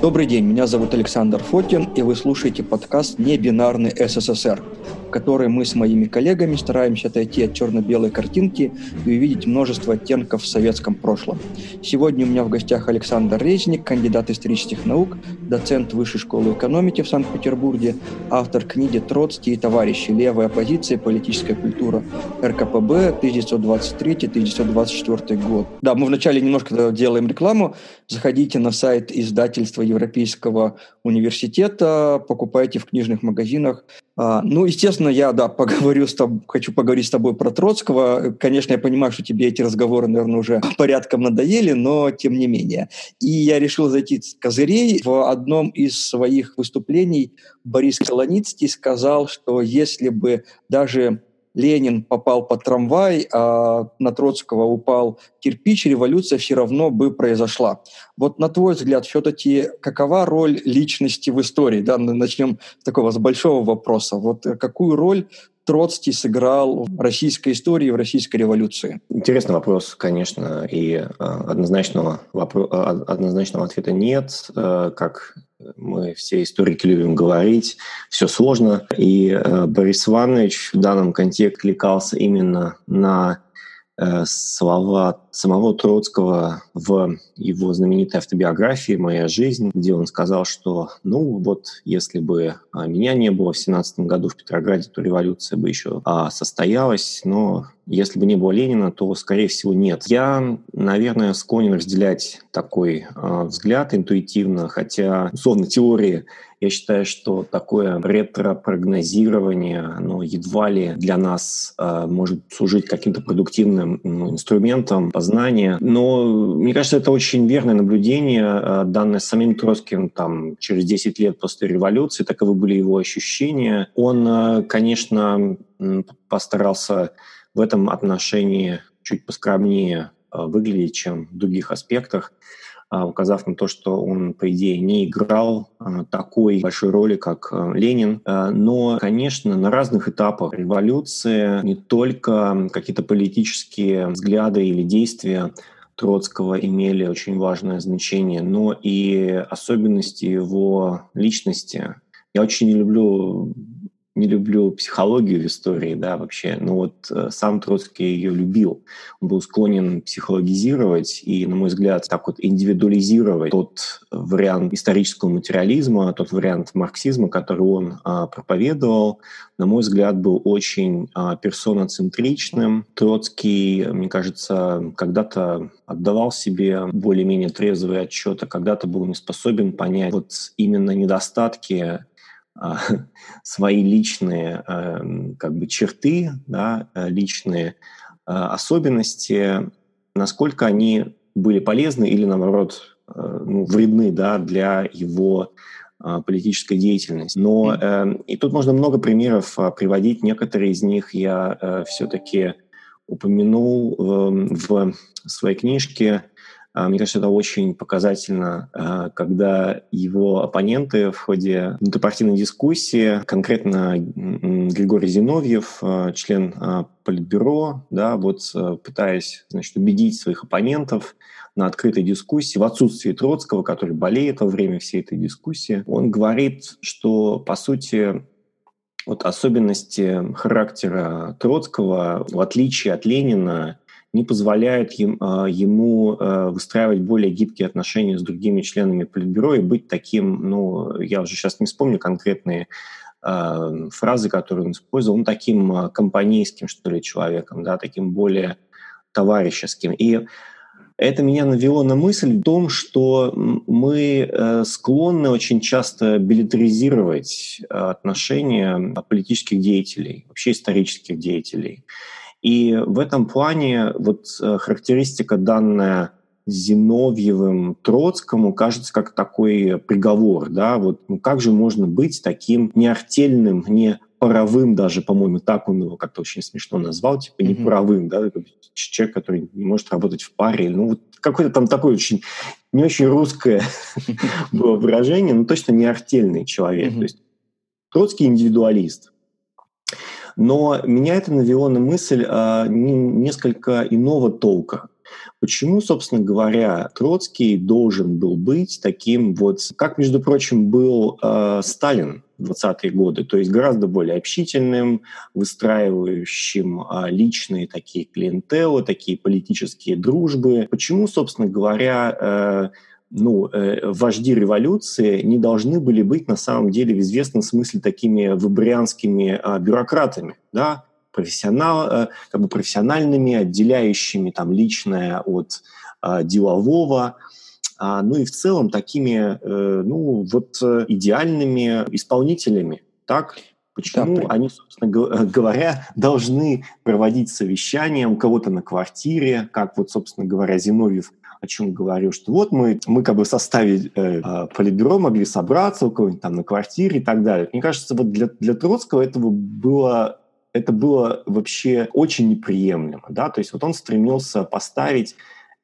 Добрый день, меня зовут Александр Фокин, и вы слушаете подкаст «Небинарный СССР», в который мы с моими коллегами стараемся отойти от черно-белой картинки и увидеть множество оттенков в советском прошлом. Сегодня у меня в гостях Александр Резник, кандидат исторических наук, доцент Высшей школы экономики в Санкт-Петербурге, автор книги «Троцкий и товарищи. Левая оппозиция. Политическая культура РКПБ. 1923-1924 год». Да, мы вначале немножко делаем рекламу. Заходите на сайт издательства Европейского университета, покупайте в книжных магазинах. Естественно, я хочу поговорить с тобой про Троцкого. Конечно, я понимаю, что тебе эти разговоры, наверное, уже порядком надоели, но тем не менее. И я решил зайти с козырей. В одном из своих выступлений Борис Солоницкий сказал, что если бы даже Ленин попал под трамвай, а на Троцкого упал кирпич, революция все равно бы произошла. Вот на твой взгляд, все-таки какова роль личности в истории? Да, начнем с большого вопроса. Вот какую роль Троцкий сыграл в российской истории, в российской революции? Интересный вопрос, конечно, и однозначного ответа нет. Как мы все историки любим говорить, все сложно. И Борис Иванович в данном контексте кликался именно на слова самого Троцкого в его знаменитой автобиографии «Моя жизнь», где он сказал, что если бы меня не было в 17 году в Петрограде, то революция бы еще состоялась, но если бы не было Ленина, то, скорее всего, нет. Я, наверное, склонен разделять такой взгляд интуитивно, хотя, условно, теории, я считаю, что такое ретро-прогнозирование, едва ли для нас может служить каким-то продуктивным инструментом познания. Но мне кажется, это очень верное наблюдение, данное самим Троцким через 10 лет после революции. Таковы были его ощущения. Он, конечно, постарался в этом отношении чуть поскромнее выглядеть, чем в других аспектах, указав на то, что он, по идее, не играл такой большой роли, как Ленин. Но, конечно, на разных этапах революции не только какие-то политические взгляды или действия Троцкого имели очень важное значение, но и особенности его личности. Я очень не люблю психологию в истории, вообще. Но сам Троцкий ее любил. Он был склонен психологизировать и, на мой взгляд, индивидуализировать тот вариант исторического материализма, тот вариант марксизма, который он проповедовал. На мой взгляд, был очень персоноцентричным. Троцкий, мне кажется, когда-то отдавал себе более-менее трезвый отчет, а когда-то был не способен понять именно недостатки, свои личные черты, личные особенности, насколько они были полезны или, наоборот, вредны для его политической деятельности. Но и тут можно много примеров приводить. Некоторые из них я все-таки упомянул в своей книжке. Мне кажется, это очень показательно, когда его оппоненты в ходе внутрипартийной дискуссии, конкретно Григорий Зиновьев, член Политбюро, пытаясь, убедить своих оппонентов на открытой дискуссии, в отсутствии Троцкого, который болеет во время всей этой дискуссии, он говорит, что, по сути, особенности характера Троцкого, в отличие от Ленина, не позволяют ему выстраивать более гибкие отношения с другими членами Политбюро и быть таким, я уже сейчас не вспомню конкретные фразы, которые он использовал, таким компанейским, что ли, человеком, таким более товарищеским. И это меня навело на мысль о том, что мы склонны очень часто билетаризировать отношения политических деятелей, вообще исторических деятелей. И в этом плане характеристика, данная Зиновьевым Троцкому, кажется как такой приговор. Как же можно быть таким неартельным, не паровым даже, по-моему, так он его как-то очень смешно назвал, не паровым, человек, который не может работать в паре. Какое-то такое очень, не очень русское было выражение, но точно не артельный человек. То есть Троцкий индивидуалист. Но меня это навело на мысль несколько иного толка. Почему, собственно говоря, Троцкий должен был быть таким вот, как, между прочим, был Сталин в 20-е годы, то есть гораздо более общительным, выстраивающим личные такие клиентелы, такие политические дружбы. Почему, собственно говоря, вожди революции не должны были быть на самом деле в известном смысле такими выборианскими бюрократами, да, профессиональными, отделяющими там личное от делового, ну и в целом такими идеальными исполнителями. Так? Почему они, собственно говоря, должны проводить совещания у кого-то на квартире, как вот, собственно говоря, Зиновьев о чем говорил, что вот мы как бы в составе политбюро могли собраться у кого-нибудь там на квартире и так далее. Мне кажется, вот для Троцкого это было вообще очень неприемлемо. Да? То есть вот он стремился поставить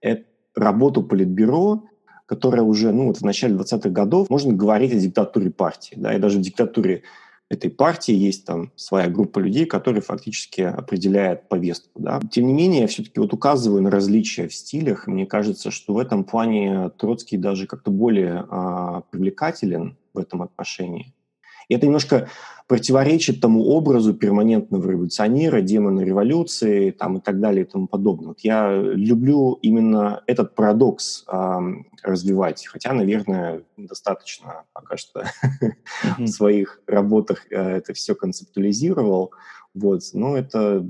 работу политбюро, которая уже в начале 20-х годов, можно говорить о диктатуре партии. Да? И даже в диктатуре этой партии есть там своя группа людей, которые фактически определяют повестку. Да? Тем не менее, я все-таки вот указываю на различия в стилях. Мне кажется, что в этом плане Троцкий даже как-то более привлекателен в этом отношении. И это немножко противоречит тому образу перманентного революционера, демона революции там, и так далее и тому подобное. Вот я люблю именно этот парадокс развивать, хотя, наверное, достаточно пока что в своих работах это все концептуализировал. Вот. Но это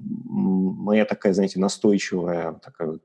моя такая, знаете, настойчивая такая вот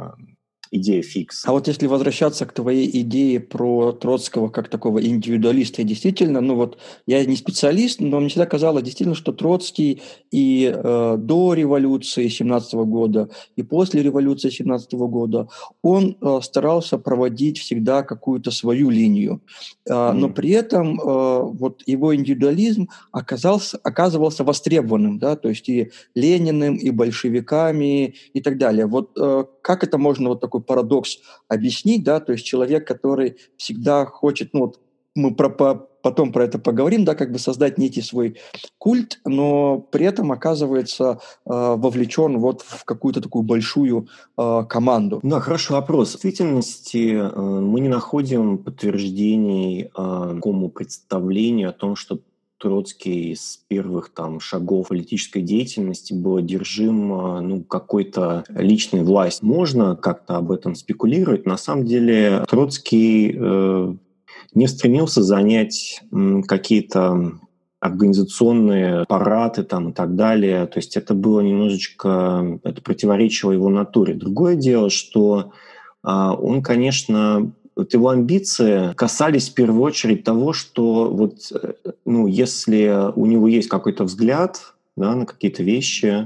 идея фикс. А вот если возвращаться к твоей идее про Троцкого как такого индивидуалиста, действительно, я не специалист, но мне всегда казалось действительно, что Троцкий и до революции 17 года, и после революции 17 года он старался проводить всегда какую-то свою линию, но при этом вот его индивидуализм оказывался востребованным, да, то есть и Лениным, и большевиками, и так далее. Вот как это можно вот такой парадокс объяснить, да, то есть человек, который всегда хочет, мы потом про это поговорим, да, как бы создать некий свой культ, но при этом оказывается вовлечен вот в какую-то такую большую команду. Да, хороший вопрос. В действительности мы не находим подтверждений такому представлению о том, что Троцкий с первых шагов политической деятельности был одержим какой-то личной властью. Можно как-то об этом спекулировать. На самом деле Троцкий не стремился занять какие-то организационные аппараты и так далее. То есть это было немножечко, это противоречило его натуре. Другое дело, что он, конечно, его амбиции касались в первую очередь того, что если у него есть какой-то взгляд, да, на какие-то вещи,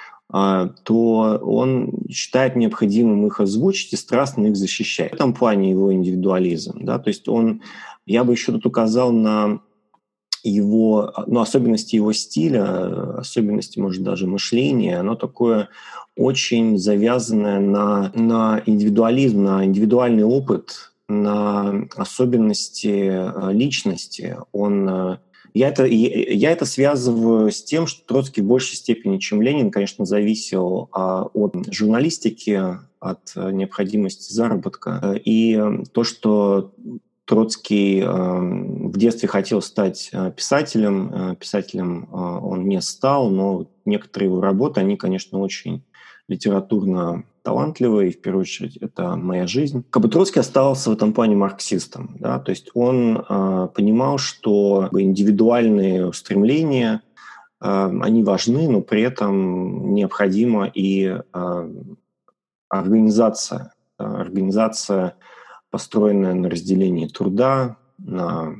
то он считает необходимым их озвучить и страстно их защищать. В этом плане его индивидуализм. Да? То есть я бы еще тут указал на его, особенности его стиля, особенности, может, даже мышления, оно такое очень завязанное на индивидуализм, на индивидуальный опыт, на особенности личности. Я это связываю с тем, что Троцкий в большей степени, чем Ленин, конечно, зависел от журналистики, от необходимости заработка. И то, что Троцкий в детстве хотел стать писателем он не стал, но некоторые его работы, они, конечно, очень литературно талантливые, и в первую очередь это «Моя жизнь». Троцкий оставался в этом плане марксистом, да, то есть он понимал, что индивидуальные устремления, они важны, но при этом необходима и организация, построенная на разделении труда, на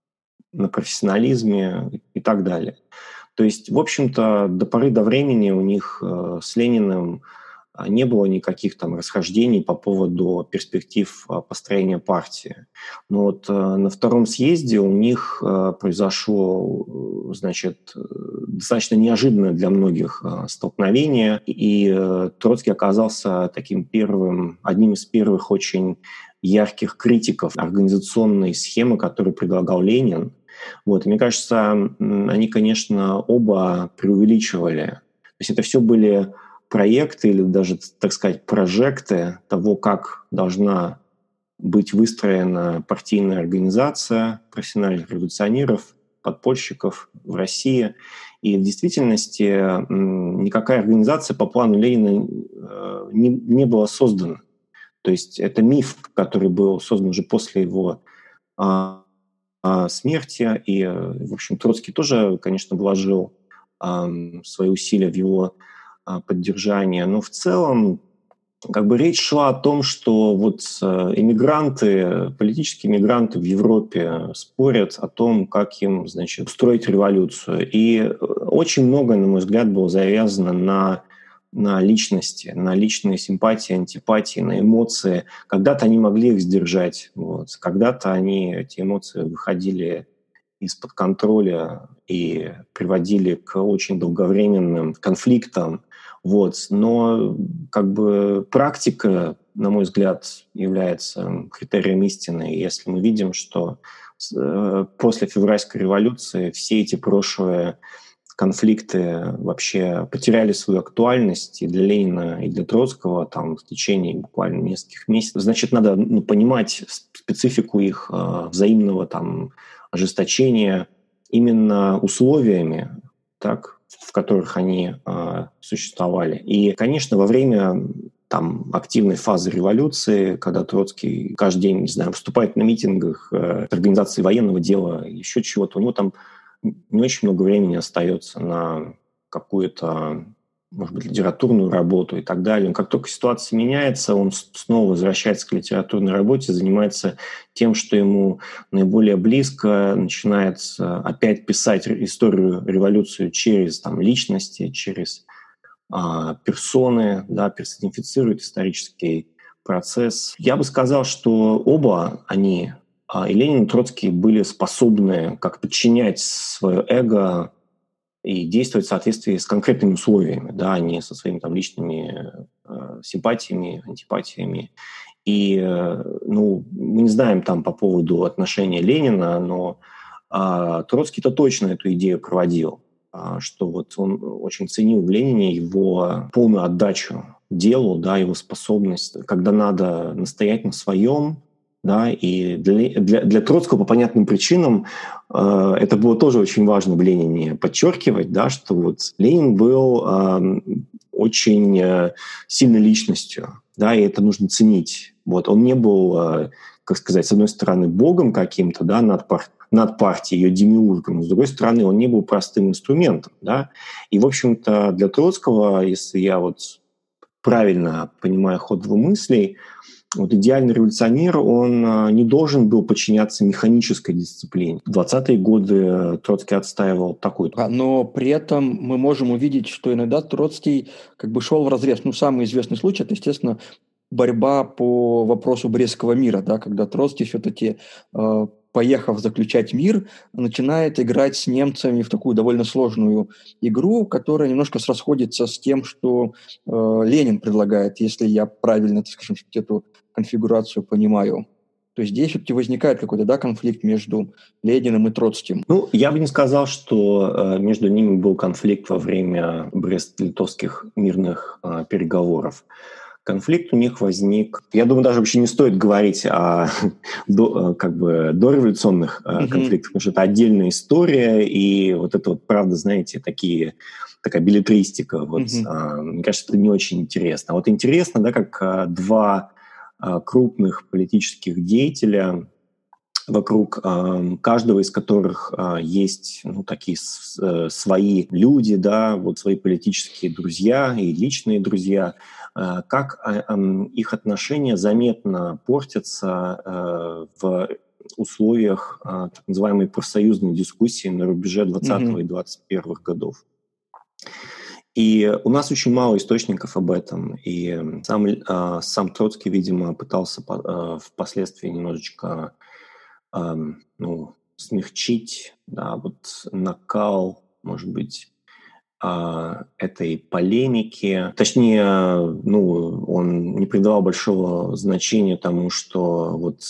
профессионализме и так далее. То есть, в общем-то, до поры до времени у них с Лениным не было никаких расхождений по поводу перспектив построения партии. Но вот на втором съезде у них произошло, достаточно неожиданное для многих столкновение, и Троцкий оказался одним из первых очень ярких критиков организационной схемы, которую предлагал Ленин. Вот. И мне кажется, они, конечно, оба преувеличивали. То есть это все были проекты или даже, так сказать, прожекты того, как должна быть выстроена партийная организация профессиональных революционеров, подпольщиков в России. И в действительности никакая организация по плану Ленина не была создана. То есть это миф, который был создан уже после его смерти. И, в общем, Троцкий тоже, конечно, вложил свои усилия в его поддержание. Но в целом как бы речь шла о том, что вот эмигранты, политические эмигранты в Европе спорят о том, как им, значит, устроить революцию. И очень много, на мой взгляд, было завязано на личности, на личные симпатии, антипатии, на эмоции. Когда-то они могли их сдержать, вот. Когда-то эти эмоции выходили из-под контроля и приводили к очень долговременным конфликтам. Вот. Но как бы практика, на мой взгляд, является критерием истины. И если мы видим, что после февральской революции все эти прошлые конфликты вообще потеряли свою актуальность и для Ленина, и для Троцкого там, в течение буквально нескольких месяцев, значит, надо понимать специфику их взаимного там, ожесточения именно условиями, так, в которых они существовали. И, конечно, во время там, активной фазы революции, когда Троцкий каждый день, не знаю, выступает на митингах организации военного дела, еще чего-то, у него там не очень много времени остается на какую-то, может быть, литературную работу и так далее. Но как только ситуация меняется, он снова возвращается к литературной работе, занимается тем, что ему наиболее близко, начинает опять писать историю революции через там, личности, через персоны, да, персонифицирует исторический процесс. Я бы сказал, что оба они, и Ленин, и Троцкий, были способны как подчинять свое эго и действовать в соответствии с конкретными условиями, да, а не со своими там личными симпатиями, антипатиями. И, ну, мы не знаем там по поводу отношения Ленина, но Троцкий-то точно эту идею проводил, что вот он очень ценил в Ленине его полную отдачу делу, да, его способность, когда надо настоять на своем, да, и для Троцкого по понятным причинам это было тоже очень важно в Ленине подчеркивать, да, что вот Ленин был очень сильной личностью, да, и это нужно ценить. Вот он не был, как сказать, с одной стороны богом каким-то, да, над партией, ее демиургом, с другой стороны он не был простым инструментом, да, и в общем-то для Троцкого, если я вот правильно понимаю ход его мыслей, вот идеальный революционер, он не должен был подчиняться механической дисциплине. В 20-е годы Троцкий отстаивал такой. Но при этом мы можем увидеть, что иногда Троцкий как бы шел вразрез. Ну, самый известный случай – это, естественно, борьба по вопросу Брестского мира, да, когда Троцкий все-таки, поехав заключать мир, начинает играть с немцами в такую довольно сложную игру, которая немножко расходится с тем, что Ленин предлагает, если я правильно, так скажем, эту конфигурацию понимаю. То есть здесь все-таки возникает какой-то, да, конфликт между Лениным и Троцким. Ну, я бы не сказал, что между ними был конфликт во время Брест-Литовских мирных переговоров. Конфликт у них возник. Я думаю, даже вообще не стоит говорить о дореволюционных конфликтах, потому что это отдельная история, и вот это вот, правда, знаете, такая беллетристика. Вот, мне кажется, это не очень интересно. А вот интересно, да, как два крупных политических деятеля, вокруг каждого из которых есть такие свои люди, да, вот свои политические друзья и личные друзья, как их отношения заметно портятся в условиях так называемой профсоюзной дискуссии на рубеже 20-го и 21-х годов. И у нас очень мало источников об этом. И сам Троцкий, видимо, пытался впоследствии немножечко смягчить, да, вот накал, может быть, этой полемики. Точнее, он не придавал большого значения тому, что вот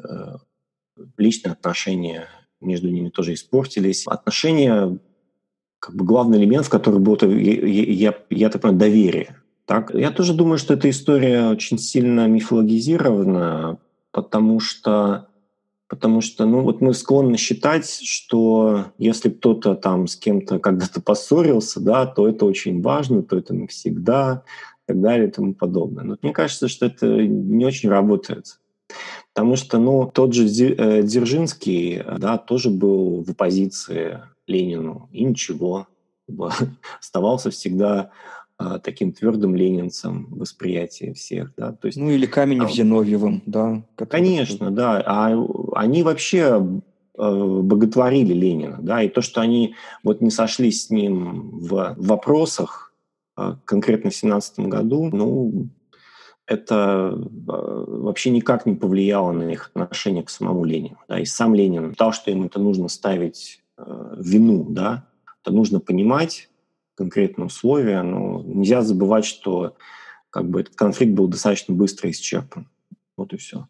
личные отношения между ними тоже испортились. Отношения как бы главный элемент, в который был, я так понимаю, доверие. Так? Я тоже думаю, что эта история очень сильно мифологизирована, потому что ну, вот мы склонны считать, что если кто-то там с кем-то когда-то поссорился, да, то это очень важно, то это навсегда, и так далее и тому подобное. Но мне кажется, что это не очень работает. Потому что, ну, тот же Дзержинский, да, тоже был в оппозиции Ленину, и ничего. Оставался всегда таким твердым ленинцем в восприятии всех, да, то есть... Ну, или Каменев Зиновьевым, да. Конечно, да. А они вообще боготворили Ленина, да, и то, что они вот не сошлись с ним в вопросах, конкретно в 17 году, ну, это вообще никак не повлияло на их отношение к самому Ленину. Да, и сам Ленин считал, что им это нужно ставить вину, да, это нужно понимать конкретные условия, но нельзя забывать, что как бы этот конфликт был достаточно быстро исчерпан. Вот и все.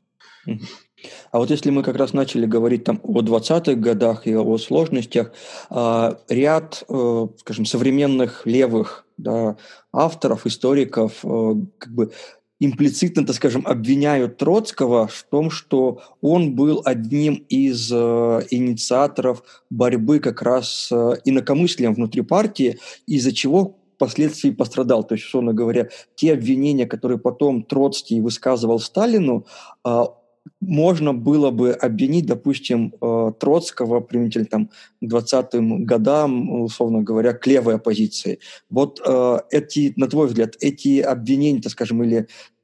А вот если мы как раз начали говорить там о 20-х годах и о сложностях, ряд, скажем, современных левых, да, авторов, историков как бы имплицитно, так скажем, обвиняют Троцкого в том, что он был одним из инициаторов борьбы как раз с инакомыслием внутри партии, из-за чего впоследствии пострадал. То есть, условно говоря, те обвинения, которые потом Троцкий высказывал Сталину, можно было бы обвинить, допустим, Троцкого применительно там, к 20-м годам, условно говоря, к левой оппозиции. Вот эти, на твой взгляд, эти обвинения, так скажем, или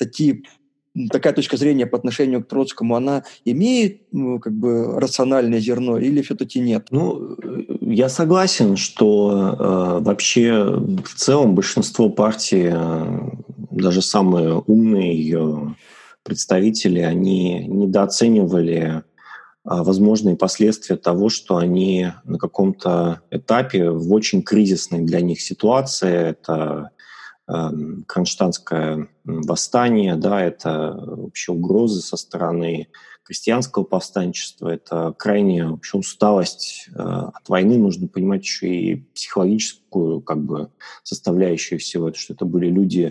такая точка зрения по отношению к Троцкому, она имеет как бы рациональное зерно или все-таки нет? Ну, я согласен, что вообще в целом большинство партий, даже самые умные ее представители, они недооценивали возможные последствия того, что они на каком-то этапе в очень кризисной для них ситуации, это кронштадтское восстание, да, это вообще угрозы со стороны крестьянского повстанчества, это крайняя вообще усталость от войны, нужно понимать еще и психологическую как бы составляющую всего, что это были люди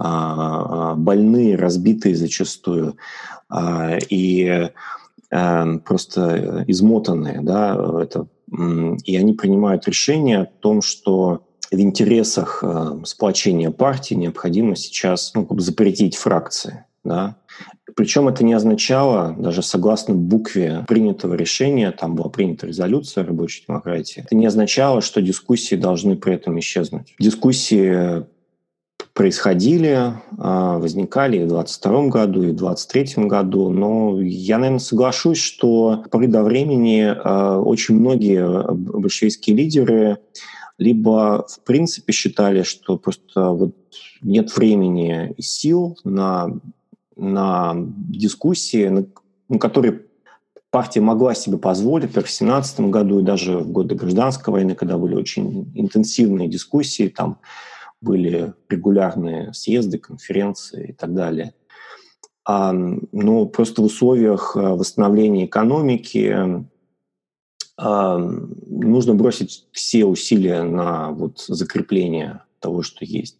больные, разбитые зачастую, и просто измотанные, да, и они принимают решение о том, что в интересах сплочения партии необходимо сейчас запретить фракции. Да? Причем это не означало, даже согласно букве принятого решения, там была принята резолюция рабочей демократии, это не означало, что дискуссии должны при этом исчезнуть. Дискуссии происходили, возникали и в 2022 году, и в 2023 году, но я, наверное, соглашусь, что до поры до времени очень многие большевистские лидеры либо в принципе считали, что просто вот нет времени и сил на дискуссии, которые партия могла себе позволить, например, в 2017 году и даже в годы гражданской войны, когда были очень интенсивные дискуссии, там были регулярные съезды, конференции и так далее. Но просто в условиях восстановления экономики нужно бросить все усилия на закрепление того, что есть.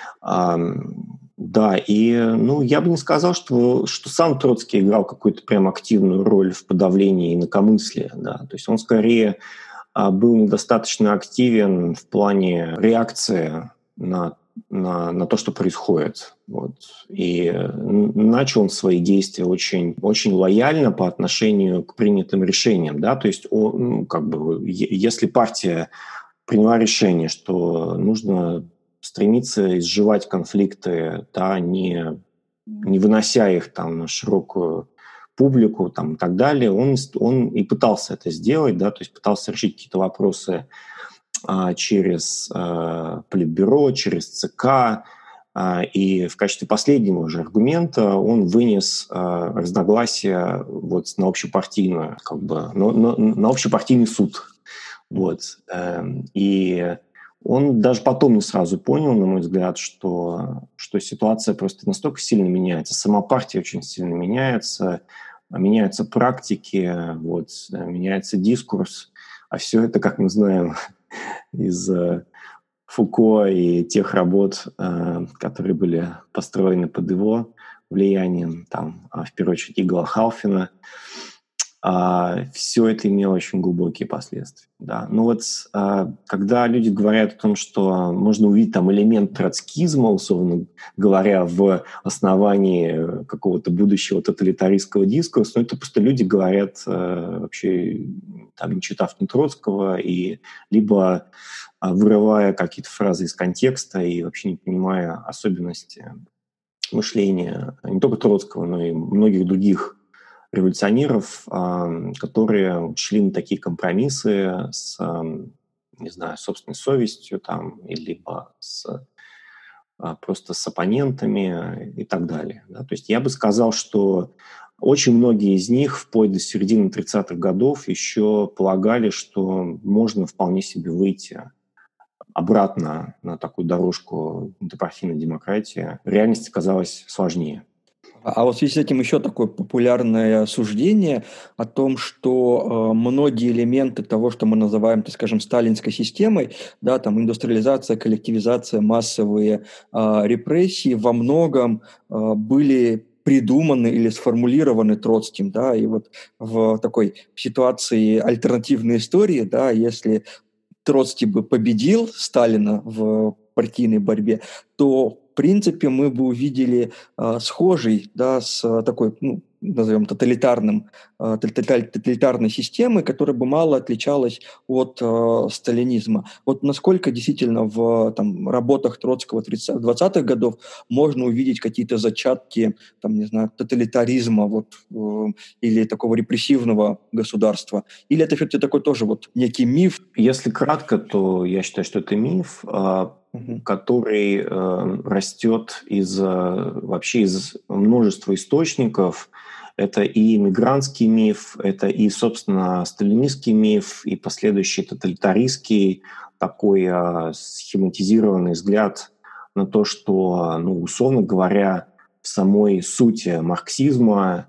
Да, и я бы не сказал, что сам Троцкий играл какую-то прям активную роль в подавлении инакомыслия. Да. То есть он скорее был недостаточно активен в плане реакции на то, что происходит. Вот. И начал он свои действия очень, очень лояльно по отношению к принятым решениям. Да? То есть если партия приняла решение, что нужно стремиться изживать конфликты, да, не вынося их там на широкую публику там, и так далее, он и пытался это сделать, да, то есть пытался решить какие-то вопросы через Политбюро, через ЦК, и в качестве последнего же аргумента он вынес разногласия на общепартийную, на общепартийный суд. Вот. И он даже потом не сразу понял, на мой взгляд, что ситуация просто настолько сильно меняется, сама партия очень сильно меняется, меняются практики, меняется дискурс, а все это, как мы знаем, из Фуко и тех работ, которые были построены под его влиянием, там, в первую очередь, Игла Халфина, все это имело очень глубокие последствия. Да. Ну вот, когда люди говорят о том, что можно увидеть там элемент троцкизма, условно говоря, в основании какого-то будущего тоталитаристского дискурса, ну, это просто люди говорят вообще, там, не читав ни Троцкого, и либо вырывая какие-то фразы из контекста и вообще не понимая особенности мышления не только Троцкого, но и многих других революционеров, которые шли на такие компромиссы с, не знаю, собственной совестью, там, либо просто с оппонентами и так далее. Да? То есть я бы сказал, что очень многие из них вплоть до середины 30-х годов еще полагали, что можно вполне себе выйти обратно на такую дорожку двупартийной демократии. В реальности казалось сложнее. А вот в связи с этим еще такое популярное суждение о том, что многие элементы того, что мы называем, так скажем, сталинской системой, да, там индустриализация, коллективизация, массовые репрессии во многом были придуманы или сформулированы Троцким, да, и вот в такой ситуации альтернативной истории, да, если Троцкий бы победил Сталина в партийной борьбе, то в принципе мы бы увидели схожий, да, с такой, ну, назовем, тоталитарной системой, которая бы мало отличалась от сталинизма. Вот насколько действительно в там, работах Троцкого 20-х годов можно увидеть какие-то зачатки, там, не знаю, тоталитаризма вот, или такого репрессивного государства? Или это все-таки такой тоже вот некий миф? Если кратко, то я считаю, что это миф, который растет вообще из множества источников. Это и мигрантский миф, это и, собственно, сталинистский миф, и последующий тоталитаристский, такой схематизированный взгляд на то, что, ну, условно говоря, в самой сути марксизма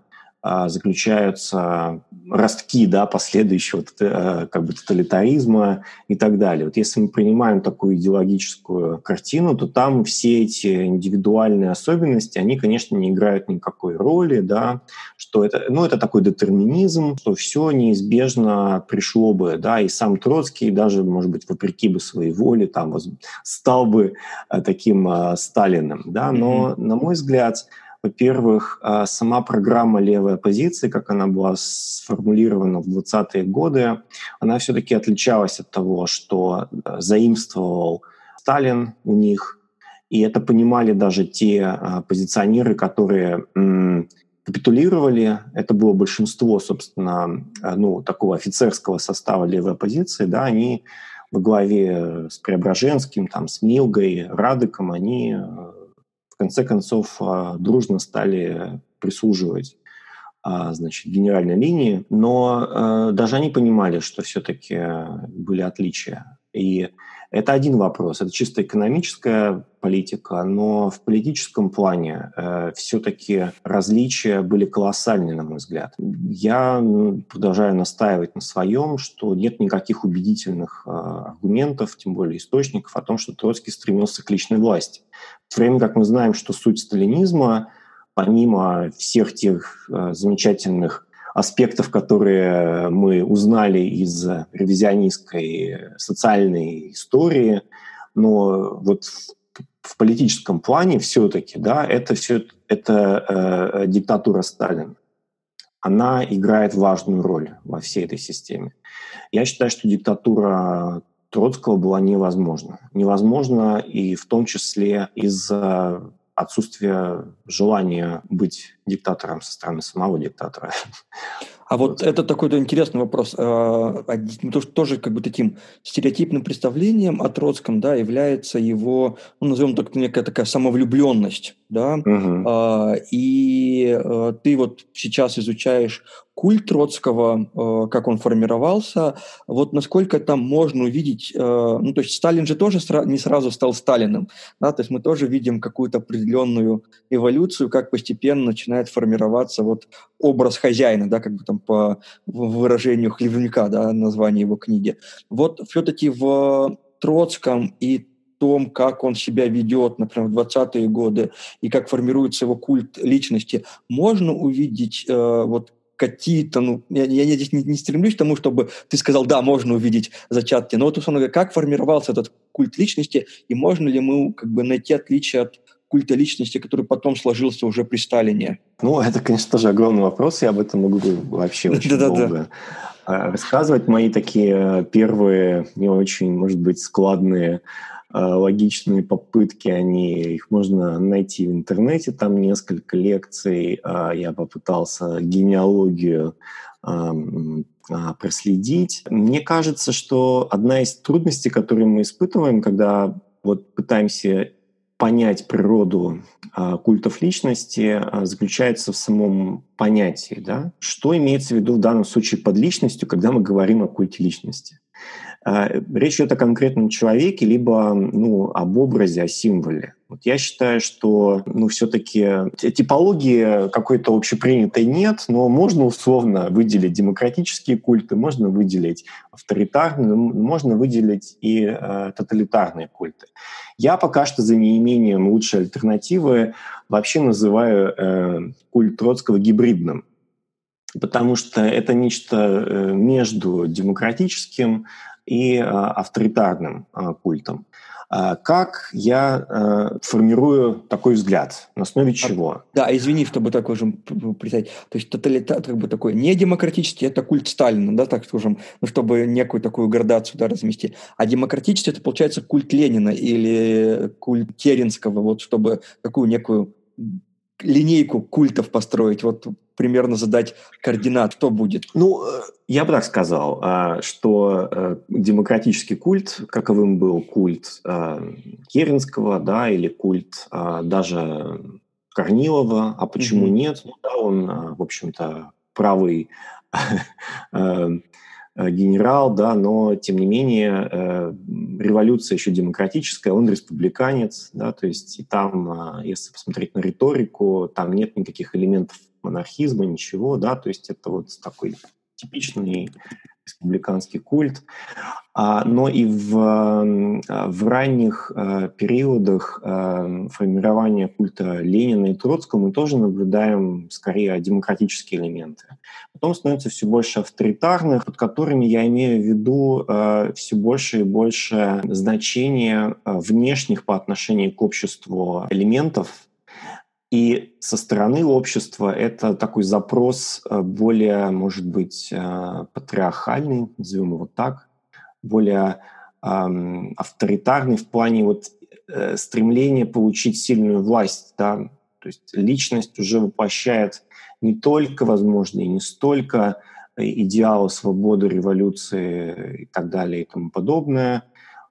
заключаются ростки, да, последующего как бы тоталитаризма и так далее. Вот если мы принимаем такую идеологическую картину, то там все эти индивидуальные особенности, они, конечно, не играют никакой роли, да, что это, ну, это такой детерминизм, что все неизбежно пришло бы, да, и сам Троцкий даже, может быть, вопреки бы своей воле, там, стал бы таким Сталиным, да, но, на мой взгляд, во-первых, сама программа левой оппозиции, как она была сформулирована в 20-е годы, она все-таки отличалась от того, что заимствовал Сталин у них. И это понимали даже те оппозиционеры, которые капитулировали. Это было большинство, собственно, ну, такого офицерского состава левой оппозиции. Да, они во главе с Преображенским, там, с Милгой, Радыком, они в конце концов дружно стали прислуживать, значит, генеральной линии, но даже они понимали, что все-таки были отличия. И это один вопрос, это чисто экономическая политика, но в политическом плане все-таки различия были колоссальны, на мой взгляд. Я продолжаю настаивать на своем, что нет никаких убедительных аргументов, тем более источников, о том, что Троцкий стремился к личной власти. В то время как мы знаем, что суть сталинизма, помимо всех тех замечательных аспектов, которые мы узнали из ревизионистской социальной истории, но вот в политическом плане все-таки, да, это диктатура Сталина. Она играет важную роль во всей этой системе. Я считаю, что диктатура Троцкого была невозможна. Невозможно и в том числе из-за отсутствия желания быть диктатором со стороны самого диктатора. А вот это такой интересный вопрос. Тоже как бы таким стереотипным представлением о Троцком, да, является его, ну, назовем так, некая такая самовлюбленность, да. И ты вот сейчас изучаешь культ Троцкого, как он формировался, вот насколько там можно увидеть, ну, то есть Сталин же тоже не сразу стал Сталиным, да, то есть мы тоже видим какую-то определенную эволюцию, как постепенно начинает формироваться вот образ хозяина, да, как бы там по выражению Хлебника, да, название его книги. Вот все-таки в Троцком и том, как он себя ведет, например, в 20-е годы, и как формируется его культ личности, можно увидеть вот какие-то, ну, я здесь не стремлюсь к тому, чтобы ты сказал, да, можно увидеть зачатки, но вот, условно говоря, как формировался этот культ личности, и можно ли мы как бы найти отличия от культа личности, который потом сложился уже при Сталине? Ну, это, конечно, тоже огромный вопрос, я об этом могу вообще очень долго рассказывать. Мои такие первые, не очень, может быть, складные, логичные попытки, их можно найти в интернете, там несколько лекций, я попытался генеалогию проследить. Мне кажется, что одна из трудностей, которые мы испытываем, когда вот пытаемся понять природу культов личности, заключается в самом понятии. Да? Что имеется в виду в данном случае под личностью, когда мы говорим о культе личности? Речь идет о конкретном человеке, либо об образе, о символе. Вот я считаю, что все-таки типологии какой-то общепринятой нет, но можно условно выделить демократические культы, можно выделить авторитарные, можно выделить и тоталитарные культы. Я пока что за неимением лучшей альтернативы вообще называю культ Троцкого гибридным, потому что это нечто между демократическим и авторитарным культом. Как я формирую такой взгляд? На основе чего? Да, извини, чтобы такой же представить. То есть тоталитар, как бы такой не демократический, это культ Сталина, да, так скажем, чтобы некую такую градацию, да, разместить. А демократический это получается культ Ленина или культ Керенского, вот чтобы такую некую линейку культов построить, вот примерно задать координат, что будет? Я бы так сказал, что демократический культ, каковым был культ Керенского, да, или культ даже Корнилова, а почему нет? Он, в общем-то, правый генерал, да, но, тем не менее, революция еще демократическая, он республиканец, да, то есть и там, если посмотреть на риторику, там нет никаких элементов монархизма, ничего, да, то есть это вот такой типичный республиканский культ. Но и в ранних периодах формирования культа Ленина и Троцкого мы тоже наблюдаем скорее демократические элементы. Потом становится все больше авторитарных, под которыми я имею в виду все больше и больше значения внешних по отношению к обществу элементов. И со стороны общества это такой запрос более, может быть, патриархальный, назовем его так, более авторитарный в плане вот стремления получить сильную власть. Да? То есть личность уже воплощает не только, возможно, и не столько идеалы свободы, революции и так далее и тому подобное,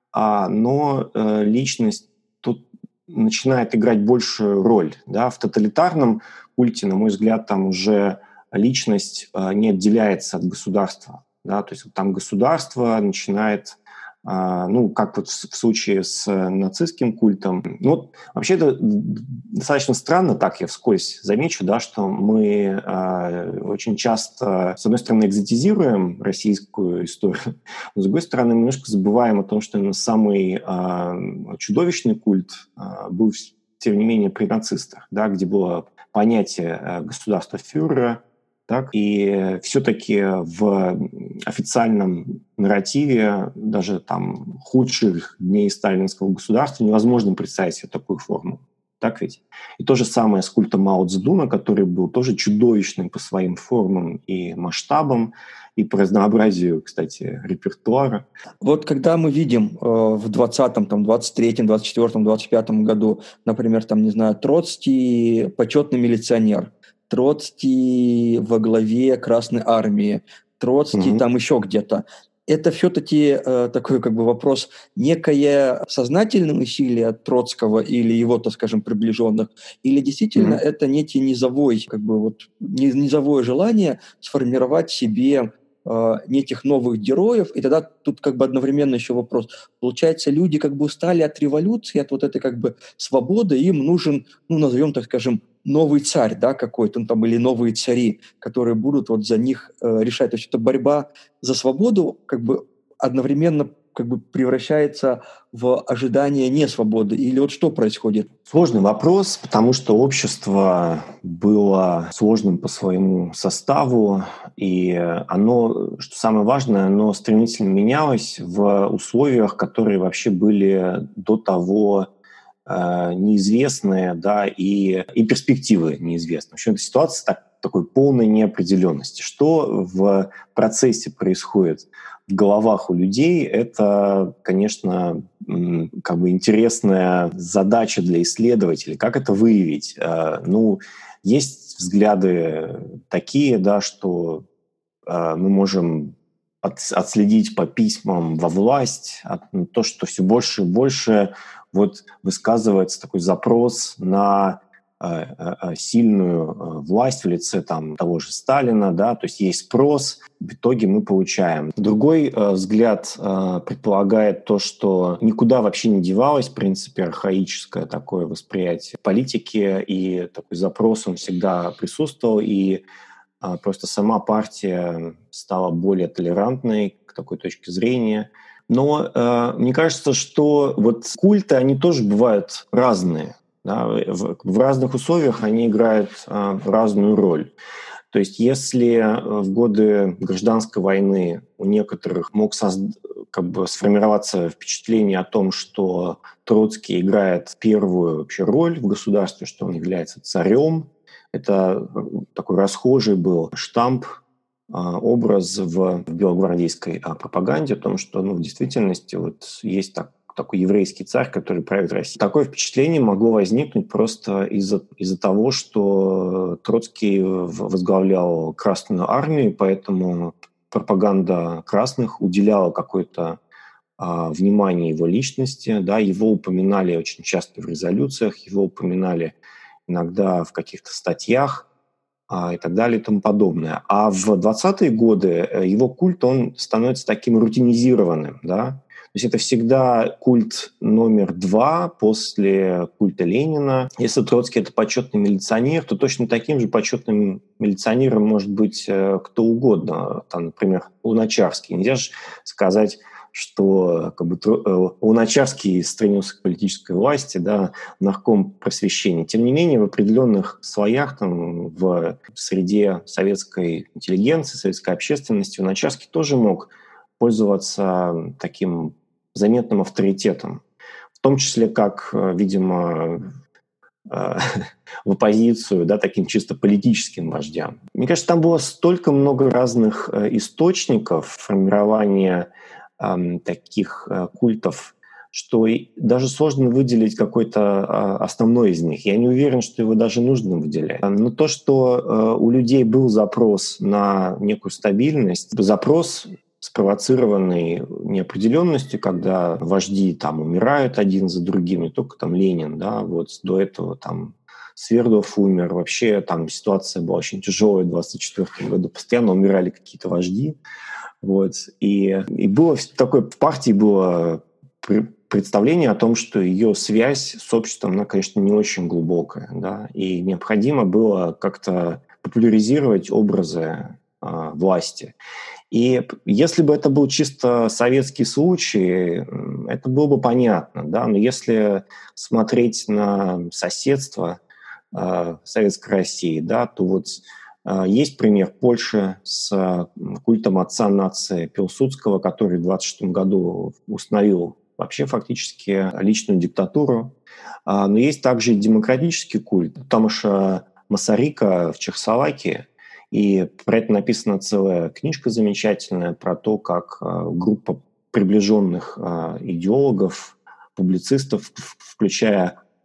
но личность тут начинает играть большую роль. Да? В тоталитарном культе, на мой взгляд, там уже личность не отделяется от государства. Да? То есть вот там государство начинает, как вот в случае с нацистским культом. Вообще это достаточно странно, так я вскользь замечу, да, что мы очень часто, с одной стороны, экзотизируем российскую историю, но с другой стороны, мы немножко забываем о том, что самый чудовищный культ был, тем не менее, при нацистах, да, где было понятие государства фюрера. Так? И все-таки в официальном нарративе даже там худших дней сталинского государства невозможно представить себе такую форму. Так ведь? И то же самое с культом Мао Цзэдуна, который был тоже чудовищным по своим формам и масштабам, и по разнообразию, кстати, репертуара. Вот когда мы видим в 20-м, 23-м, 24-м, 25-м году, например, Троцкий почетный милиционер, Троцкий во главе Красной Армии, Троцкий там еще где-то. это все-таки такой как бы вопрос некое сознательное усилие от Троцкого или его, так скажем, приближенных, или действительно это некий низовой, как бы вот низовое желание сформировать себе неких новых героев, и тогда тут как бы одновременно еще вопрос. Получается, люди как бы устали от революции, от вот этой как бы свободы, им нужен, ну, назовем, так скажем, новый царь, да, какой-то, ну, там, или новые цари, которые будут вот за них решать. То есть это борьба за свободу как бы одновременно как бы превращается в ожидание несвободы? Или вот что происходит? Сложный вопрос, потому что общество было сложным по своему составу, и оно, что самое важное, оно стремительно менялось в условиях, которые вообще были до того неизвестные, да, и перспективы неизвестны. В общем, это ситуация такой полной неопределенности. Что в процессе происходит в головах у людей, это, конечно, как бы интересная задача для исследователей. Как это выявить? Ну, есть взгляды такие, да, что мы можем отследить по письмам во власть то, что все больше и больше вот высказывается такой запрос на сильную власть в лице там, того же Сталина, да, то есть есть спрос, в итоге мы получаем. Другой взгляд предполагает то, что никуда вообще не девалось, в принципе, архаическое такое восприятие политики, и такой запрос, он всегда присутствовал, и просто сама партия стала более толерантной к такой точке зрения. Но мне кажется, что вот культы, они тоже бывают разные. Да? В разных условиях они играют разную роль. То есть если в годы гражданской войны у некоторых мог как бы сформироваться впечатление о том, что Троцкий играет первую вообще роль в государстве, что он является царем, это такой расхожий был штамп, образ в белогвардейской пропаганде о том, что в действительности вот есть такой еврейский царь, который правит Россией. Такое впечатление могло возникнуть просто из-за того, что Троцкий возглавлял Красную армию, поэтому пропаганда красных уделяла какое-то внимание его личности, да, его упоминали очень часто в резолюциях, его упоминали иногда в каких-то статьях и так далее и тому подобное. А в 20-е годы его культ, он становится таким рутинизированным, да. То есть это всегда культ номер 2 после культа Ленина. Если Троцкий – это почетный милиционер, то точно таким же почетным милиционером может быть кто угодно. Там, например, Луначарский. Нельзя же сказать, что как бы, Луначарский стремился к политической власти, да, нарком просвещения. Тем не менее, в определенных слоях, там, в среде советской интеллигенции, советской общественности, Луначарский тоже мог пользоваться таким заметным авторитетом. В том числе, как, видимо, в оппозицию, да, таким чисто политическим вождям. Мне кажется, там было столько много разных источников формирования таких культов, что даже сложно выделить какой-то основной из них. Я не уверен, что его даже нужно выделять. Но то, что у людей был запрос на некую стабильность, запрос, спровоцированный неопределенностью, когда вожди там умирают один за другим, не только там Ленин, да, вот до этого там Свердлов умер, вообще там ситуация была очень тяжелая в 1924 году, постоянно умирали какие-то вожди. Вот. И было такое, в партии было представление о том, что ее связь с обществом, она, конечно, не очень глубокая, да, и необходимо было как-то популяризировать образы власти. И если бы это был чисто советский случай, это было бы понятно, да, но если смотреть на соседство Советской России, да, то вот есть пример Польши с культом отца нации Пилсудского, который в 1926 году установил вообще фактически личную диктатуру. Но есть также и демократический культ Томаша Масарика в Чехословакии. И про это написана целая книжка замечательная про то, как группа приближенных идеологов, публицистов, включая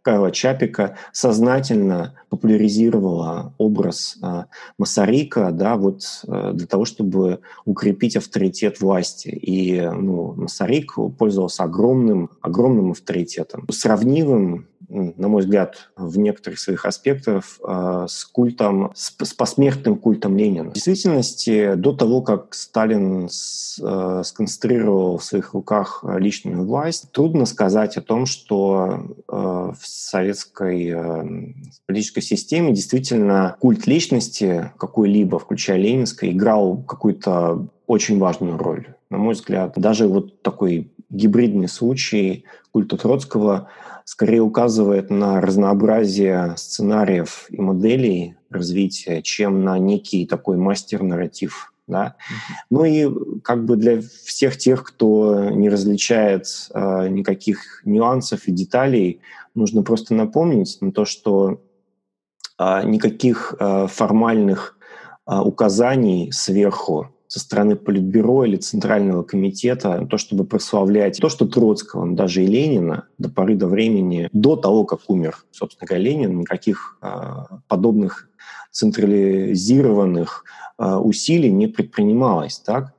Карла Чапика сознательно популяризировала образ Масарика, да, вот для того, чтобы укрепить авторитет власти. И Масарик пользовался огромным авторитетом, сравнимым, на мой взгляд, в некоторых своих аспектах с культом, с посмертным культом Ленина. В действительности, до того, как Сталин сконцентрировал в своих руках личную власть, трудно сказать о том, что в советской политической системе действительно культ личности какой-либо, включая ленинской, играл какую-то очень важную роль. На мой взгляд, даже вот такой гибридный случай культа Троцкого скорее указывает на разнообразие сценариев и моделей развития, чем на некий такой мастер-нарратив. Да? Ну и как бы для всех тех, кто не различает никаких нюансов и деталей, нужно просто напомнить на то, что никаких формальных указаний сверху со стороны Политбюро или Центрального комитета, то, чтобы прославлять то, что Троцкого, даже и Ленина до поры до времени, до того, как умер, собственно говоря, Ленин, никаких подобных централизированных усилий не предпринималось. Так?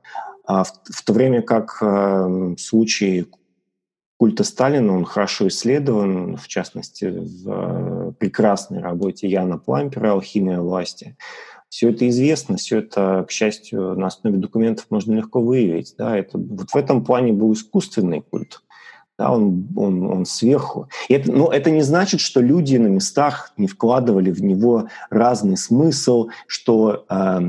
В то время как случай культа Сталина, он хорошо исследован, в частности, в прекрасной работе Яна Плампера «Алхимия власти». Все это известно, все это, к счастью, на основе документов можно легко выявить. Да? Вот в этом плане был искусственный культ. Да? Он сверху. Это не значит, что люди на местах не вкладывали в него разный смысл, что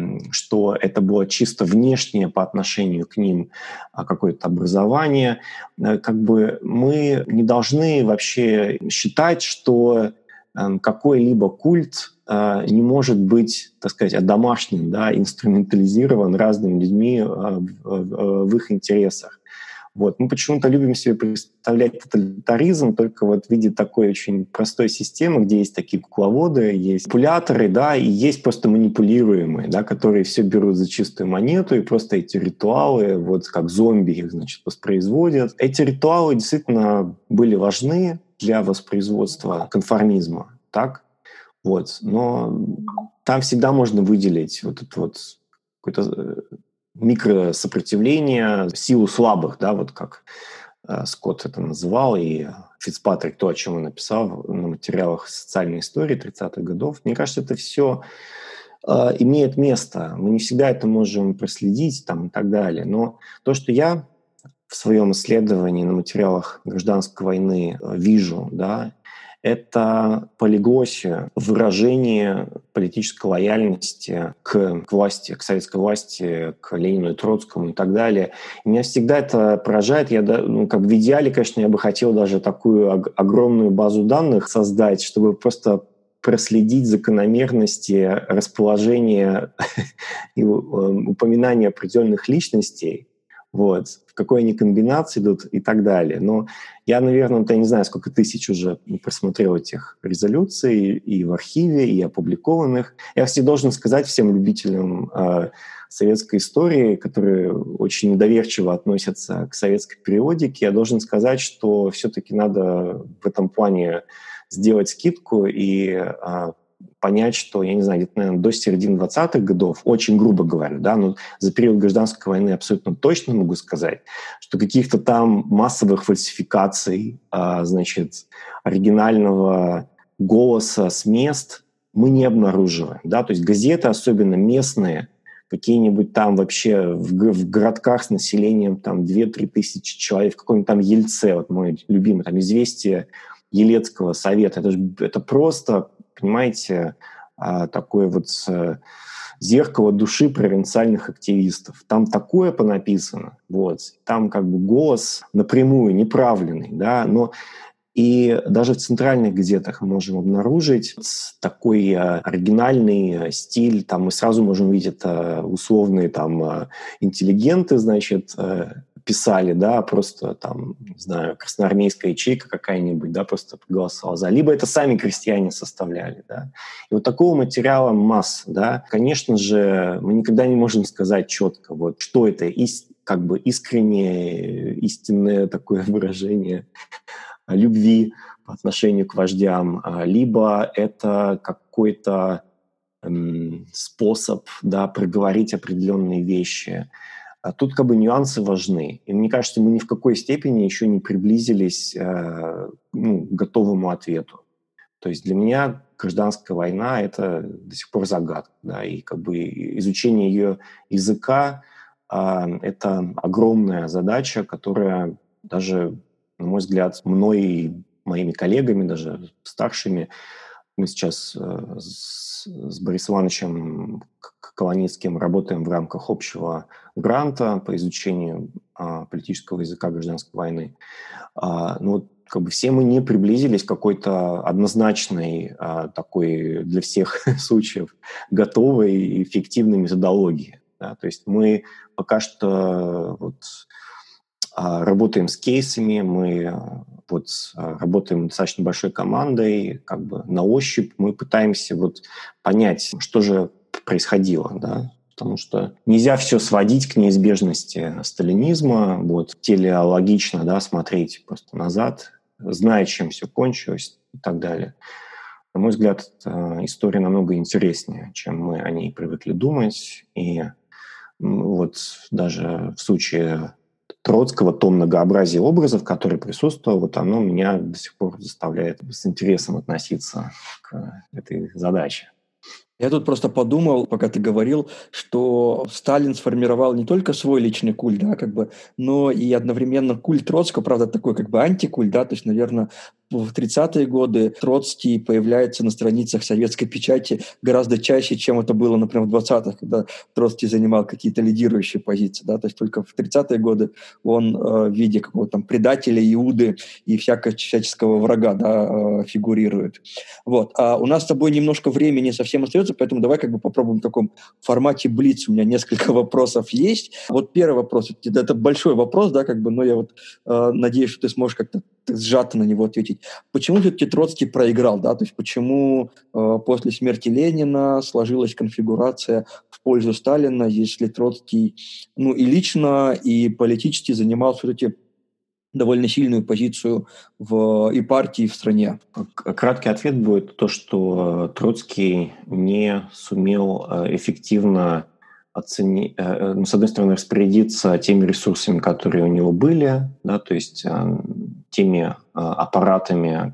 это было чисто внешнее по отношению к ним какое-то образование. Как бы мы не должны вообще считать, что какой-либо культ не может быть, так сказать, одомашнен, да, инструментализирован разными людьми в их интересах. Вот. Мы почему-то любим себе представлять тоталитаризм только вот в виде такой очень простой системы, где есть такие кукловоды, есть манипуляторы, да, и есть просто манипулируемые, да, которые все берут за чистую монету, и просто эти ритуалы, вот как зомби их, значит, воспроизводят. Эти ритуалы действительно были важны для воспроизводства конформизма, так? Вот. Но там всегда можно выделить вот это вот какое-то микросопротивление, силу слабых, да, вот как Скотт это называл, и Фицпатрик, то, о чем он написал на материалах социальной истории 30-х годов. Мне кажется, это все имеет место. Мы не всегда это можем проследить там, и так далее. Но то, что я в своем исследовании на материалах гражданской войны вижу, да, это полиглосия, выражение политической лояльности к власти, к советской власти, к Ленину и Троцкому и так далее. И меня всегда это поражает. Как в идеале, конечно, я бы хотел даже такую огромную базу данных создать, чтобы просто проследить закономерности расположения и упоминания определенных личностей, вот, в какой они комбинации идут и так далее. Но я, наверное, я не знаю, сколько тысяч уже просмотрел этих резолюций и в архиве, и опубликованных. Я все должен сказать всем любителям советской истории, которые очень недоверчиво относятся к советской периодике, я должен сказать, что все-таки надо в этом плане сделать скидку и понять, что, я не знаю, где-то, наверное, до середины 20-х годов, очень грубо говоря, да, но за период гражданской войны абсолютно точно могу сказать, что каких-то там массовых фальсификаций, значит, оригинального голоса с мест мы не обнаруживаем, да, то есть газеты, особенно местные, какие-нибудь там вообще в городках с населением там 2-3 тысячи человек, в каком-нибудь там Ельце, вот мой любимый, там «Известие» Елецкого совета, это просто, понимаете, такое вот зеркало души провинциальных активистов. Там такое понаписано, вот, там как бы голос напрямую неправленный, да, но и даже в центральных газетах мы можем обнаружить такой оригинальный стиль. Там мы сразу можем увидеть это условные там интеллигенты, значит, писали, да, просто там, не знаю, красноармейская ячейка какая-нибудь, да, просто проголосовала за. Либо это сами крестьяне составляли, да. И вот такого материала масса, да. Конечно же, мы никогда не можем сказать четко, вот, что это как бы искреннее, истинное такое выражение любви по отношению к вождям, либо это какой-то способ, да, проговорить определенные вещи. Тут как бы нюансы важны. И мне кажется, мы ни в какой степени еще не приблизились к готовому ответу. То есть для меня гражданская война – это до сих пор загадка. Да, и как бы изучение ее языка это огромная задача, которая даже, на мой взгляд, мной и моими коллегами, даже старшими, мы сейчас с Борисом Ивановичем Колоницким работаем в рамках общего гранта по изучению политического языка гражданской войны. Как бы все мы не приблизились к какой-то однозначной, такой для всех случаев готовой и эффективной методологии. Да? То есть мы пока что работаем с кейсами, мы работаем достаточно большой командой, как бы на ощупь мы пытаемся понять, что же происходило, да, потому что нельзя все сводить к неизбежности сталинизма, телеологично, да, смотреть просто назад, зная, чем все кончилось и так далее. На мой взгляд, история намного интереснее, чем мы о ней привыкли думать, и даже в случае Троцкого, то многообразие образов, которые присутствовало, оно меня до сих пор заставляет с интересом относиться к этой задаче. Я тут просто подумал, пока ты говорил, что Сталин сформировал не только свой личный культ, да, но и одновременно культ Троцкого, правда, такой антикульт, да, то есть, наверное, в 30-е годы Троцкий появляется на страницах советской печати гораздо чаще, чем это было, например, в 20-х, когда Троцкий занимал какие-то лидирующие позиции, да, то есть только в 30-е годы он в виде какого-то предателя, Иуды и всяческого врага, да, фигурирует. А у нас с тобой немножко времени совсем остается, поэтому давай попробуем в таком формате блиц. У меня несколько вопросов есть. Первый вопрос, это большой вопрос, да, но я надеюсь, что ты сможешь как-то сжато на него ответить. Почему все-таки Троцкий проиграл, да, то есть почему после смерти Ленина сложилась конфигурация в пользу Сталина, если Троцкий, и лично, и политически занимал все-таки довольно сильную позицию и партии, и в стране? Краткий ответ будет то, что Троцкий не сумел эффективно оценить, с одной стороны, распорядиться теми ресурсами, которые у него были, да, то есть теми аппаратами,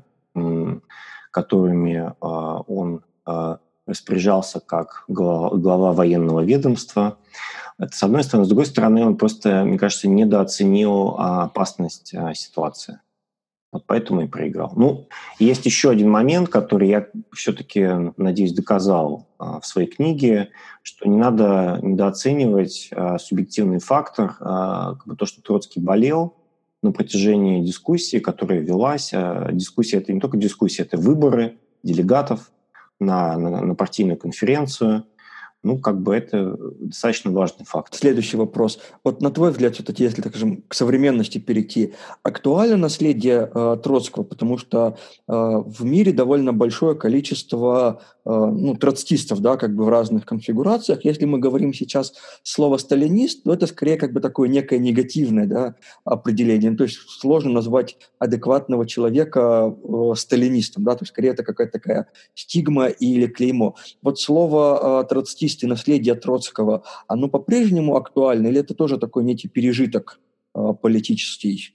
которыми он распоряжался как глава военного ведомства. Это с одной стороны. С другой стороны, он просто, мне кажется, недооценил опасность ситуации. Поэтому и проиграл. Есть еще один момент, который я все-таки, надеюсь, доказал в своей книге, что не надо недооценивать субъективный фактор, то, что Троцкий болел на протяжении дискуссии, которая велась. Дискуссия – это не только дискуссия, это выборы делегатов на партийную конференцию. Это достаточно важный факт. Следующий вопрос. На твой взгляд, все-таки, если, так скажем, к современности перейти, актуально наследие Троцкого? Потому что в мире довольно большое количество троцкистов, да, в разных конфигурациях. Если мы говорим сейчас слово «сталинист», то это скорее такое некое негативное, да, определение. То есть сложно назвать адекватного человека сталинистом, да, то есть скорее это какая-то такая стигма или клеймо. Слово «троцкист» и наследие Троцкого, оно по-прежнему актуально или это тоже такой некий пережиток политический?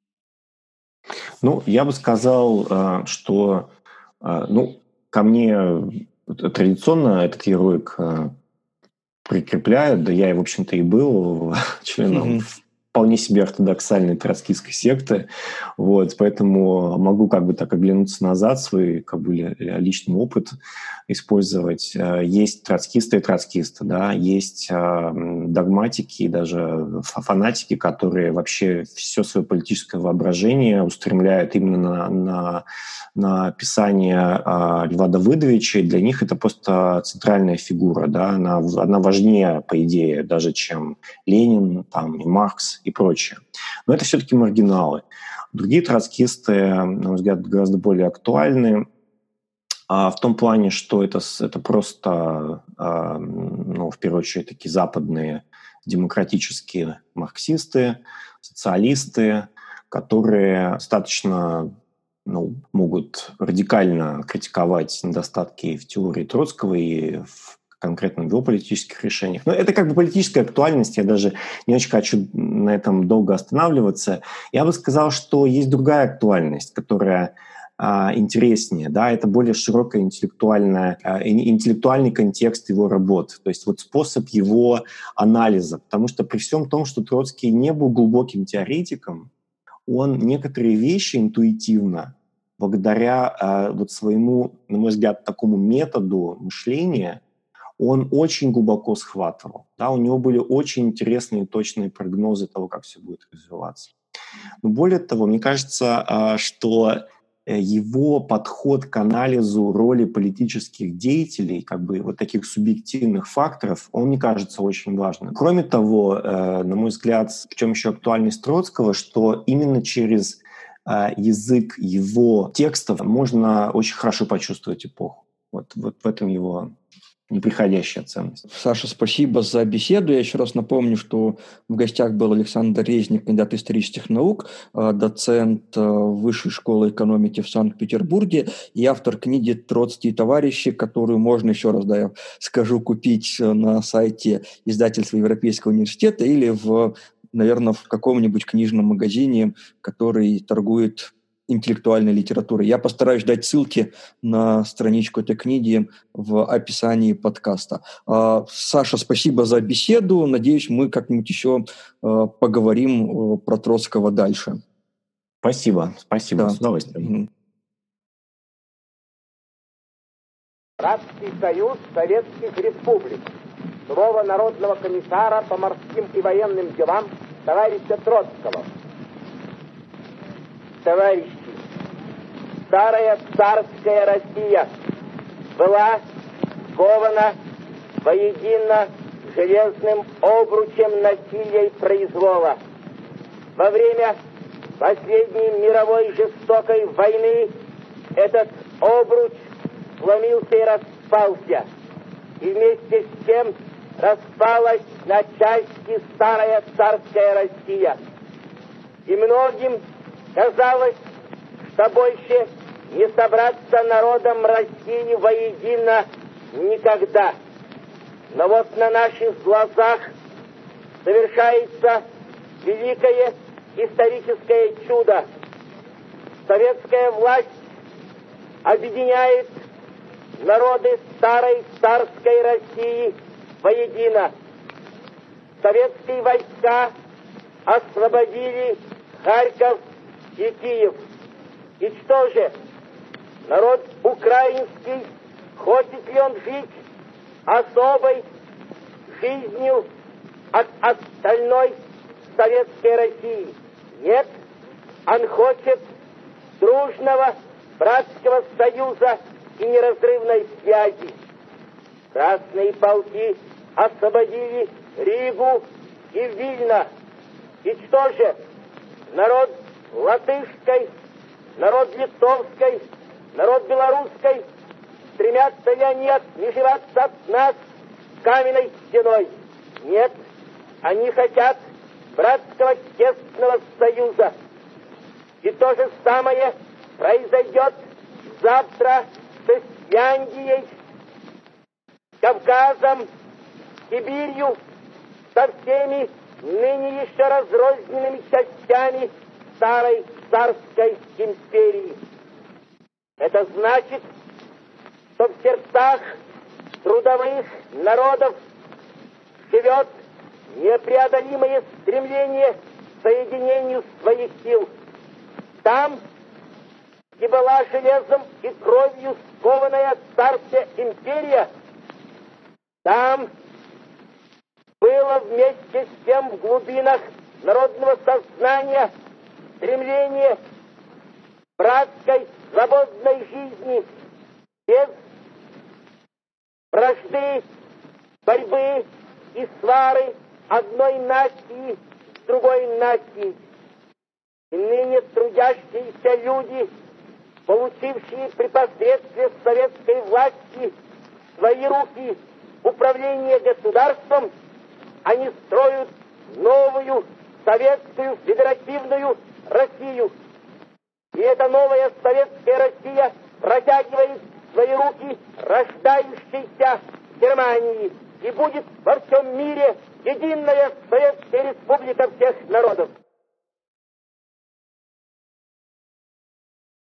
Я бы сказал, что ко мне традиционно этот ярлык прикрепляют, да я, в общем-то, и был членом вполне себе ортодоксальной троцкистской секты, поэтому могу так оглянуться назад, свой личный опыт использовать. Есть троцкисты и троцкисты, да, есть догматики и даже фанатики, которые вообще все свое политическое воображение устремляют именно на описание Льва Давыдовича, и для них это просто центральная фигура, да, она важнее, по идее, даже чем Ленин, и Маркс и прочее. Но это все-таки маргиналы. Другие троцкисты, на мой взгляд, гораздо более актуальны, в том плане, что это просто, в первую очередь, такие западные демократические марксисты, социалисты, которые достаточно могут радикально критиковать недостатки в теории Троцкого и в конкретных его политических решениях. Но это как бы политическая актуальность, я даже не очень хочу на этом долго останавливаться. Я бы сказал, что есть другая актуальность, которая интереснее, да, это более широкий интеллектуальный контекст его работ, то есть вот способ его анализа, потому что при всем том, что Троцкий не был глубоким теоретиком, он некоторые вещи интуитивно, благодаря вот своему, на мой взгляд, такому методу мышления, он очень глубоко схватывал. Да, у него были очень интересные и точные прогнозы того, как все будет развиваться. Но более того, мне кажется, что его подход к анализу роли политических деятелей, как бы вот таких субъективных факторов, он, мне кажется, очень важным. Кроме того, на мой взгляд, в чем еще актуальность Троцкого, что именно через язык его текстов можно очень хорошо почувствовать эпоху. Вот в этом его неприходящая ценность. Саша, спасибо за беседу. Я еще раз напомню, что в гостях был Александр Резник, кандидат исторических наук, доцент Высшей школы экономики в Санкт-Петербурге и автор книги «Троцкий и товарищи», которую можно, еще раз я скажу, купить на сайте издательства Европейского университета или, наверное, в каком-нибудь книжном магазине, который торгует интеллектуальной литературы. Я постараюсь дать ссылки на страничку этой книги в описании подкаста. Саша, спасибо за беседу. Надеюсь, мы как-нибудь еще поговорим про Троцкого дальше. Спасибо, да. С удовольствием. Братский союз Советских Республик. Слово Народного комиссара по морским и военным делам товарища Троцкого. Товарищи, старая царская Россия была скована воедино железным обручем насилия и произвола. Во время последней мировой жестокой войны этот обруч сломился и распался, и вместе с тем распалась на части старая царская Россия. И многим казалось, что больше не собраться народом России воедино никогда. Но вот на наших глазах совершается великое историческое чудо. Советская власть объединяет народы старой царской России воедино. Советские войска освободили Харьков и Киев. И что же, народ украинский, хочет ли он жить особой жизнью от остальной советской России? Нет, он хочет дружного братского союза и неразрывной связи. Красные полки освободили Ригу и Вильно. И что же, народ латышской, народ литовской, народ белорусской, стремятся ли они отмежеваться от нас каменной стеной? Нет, они хотят братского тесного союза. И то же самое произойдет завтра с Исляндией, Кавказом, Сибирью, со всеми ныне еще разрозненными частями старой царской империи. Это значит, что в сердцах трудовых народов живет непреодолимое стремление к соединению своих сил. Там, где была железом и кровью скованная царская империя, там было вместе с тем в глубинах народного сознания стремление братской свободной жизни без вражды, борьбы и свары одной нации с другой нацией. И ныне трудящиеся люди, получившие при посредстве советской власти в свои руки управление государством, они строят новую советскую федеративную Россию. И эта новая советская Россия протягивает свои руки рождающейся Германии и будет во всем мире единая Советская Республика всех народов.